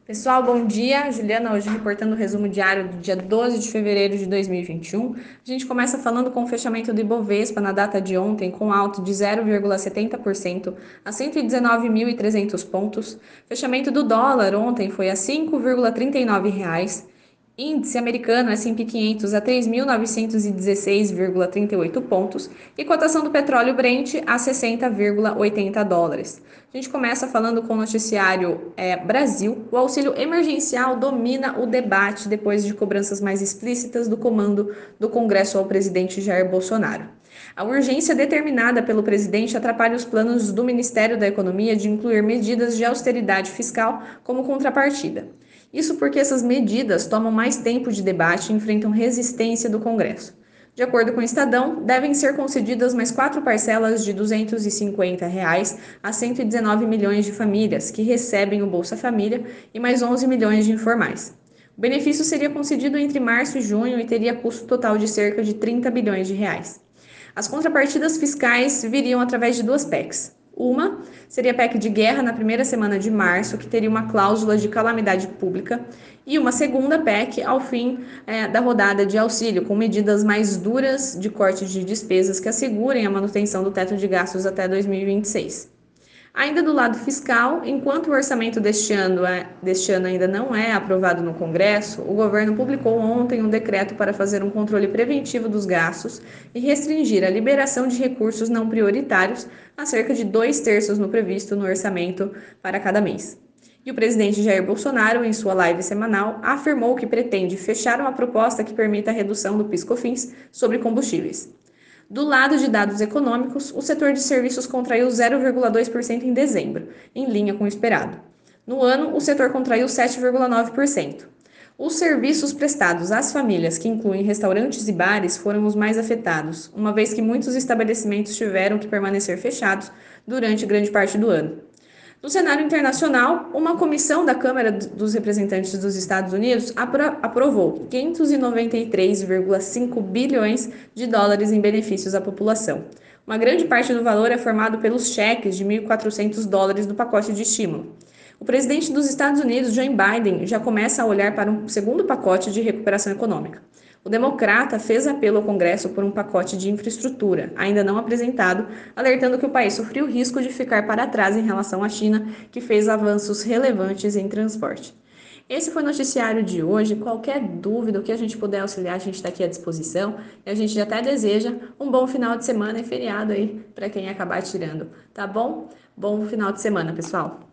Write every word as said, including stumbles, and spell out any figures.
Pessoal, bom dia. Juliana, hoje reportando o resumo diário do dia doze de fevereiro de dois mil e vinte e um. A gente começa falando com o fechamento do Ibovespa na data de ontem, com alta de zero vírgula setenta por cento a cento e dezenove mil e trezentos pontos. Fechamento do dólar ontem foi a cinco vírgula trinta e nove reais. Índice americano S e P quinhentos a três mil novecentos e dezesseis vírgula trinta e oito pontos e cotação do petróleo Brent a sessenta vírgula oitenta dólares. A gente começa falando com o noticiário é, Brasil. O auxílio emergencial domina o debate depois de cobranças mais explícitas do comando do Congresso ao presidente Jair Bolsonaro. A urgência determinada pelo presidente atrapalha os planos do Ministério da Economia de incluir medidas de austeridade fiscal como contrapartida. Isso porque essas medidas tomam mais tempo de debate e enfrentam resistência do Congresso. De acordo com o Estadão, devem ser concedidas mais quatro parcelas de duzentos e cinquenta reais a cento e dezenove milhões de famílias que recebem o Bolsa Família e mais onze milhões de informais. O benefício seria concedido entre março e junho e teria custo total de cerca de trinta bilhões de reais. As contrapartidas fiscais viriam através de duas P E Cs. Uma seria a P E C de guerra na primeira semana de março, que teria uma cláusula de calamidade pública, e uma segunda P E C ao fim é, da rodada de auxílio, com medidas mais duras de corte de despesas que assegurem a manutenção do teto de gastos até dois mil e vinte e seis. Ainda do lado fiscal, enquanto o orçamento deste ano, é, deste ano ainda não é aprovado no Congresso, o governo publicou ontem um decreto para fazer um controle preventivo dos gastos e restringir a liberação de recursos não prioritários a cerca de dois terços no previsto no orçamento para cada mês. E o presidente Jair Bolsonaro, em sua live semanal, afirmou que pretende fechar uma proposta que permita a redução do PIS/COFINS sobre combustíveis. Do lado de dados econômicos, o setor de serviços contraiu zero vírgula dois por cento em dezembro, em linha com o esperado. No ano, o setor contraiu sete vírgula nove por cento. Os serviços prestados às famílias, que incluem restaurantes e bares, foram os mais afetados, uma vez que muitos estabelecimentos tiveram que permanecer fechados durante grande parte do ano. No cenário internacional, uma comissão da Câmara dos Representantes dos Estados Unidos apro- aprovou quinhentos e noventa e três vírgula cinco bilhões de dólares em benefícios à população. Uma grande parte do valor é formado pelos cheques de mil e quatrocentos dólares do pacote de estímulo. O presidente dos Estados Unidos, Joe Biden, já começa a olhar para um segundo pacote de recuperação econômica. O democrata fez apelo ao Congresso por um pacote de infraestrutura, ainda não apresentado, alertando que o país sofreu o risco de ficar para trás em relação à China, que fez avanços relevantes em transporte. Esse foi o noticiário de hoje. Qualquer dúvida, o que a gente puder auxiliar, a gente está aqui à disposição. E a gente até deseja um bom final de semana e feriado aí para quem acabar tirando, tá bom? Bom final de semana, pessoal!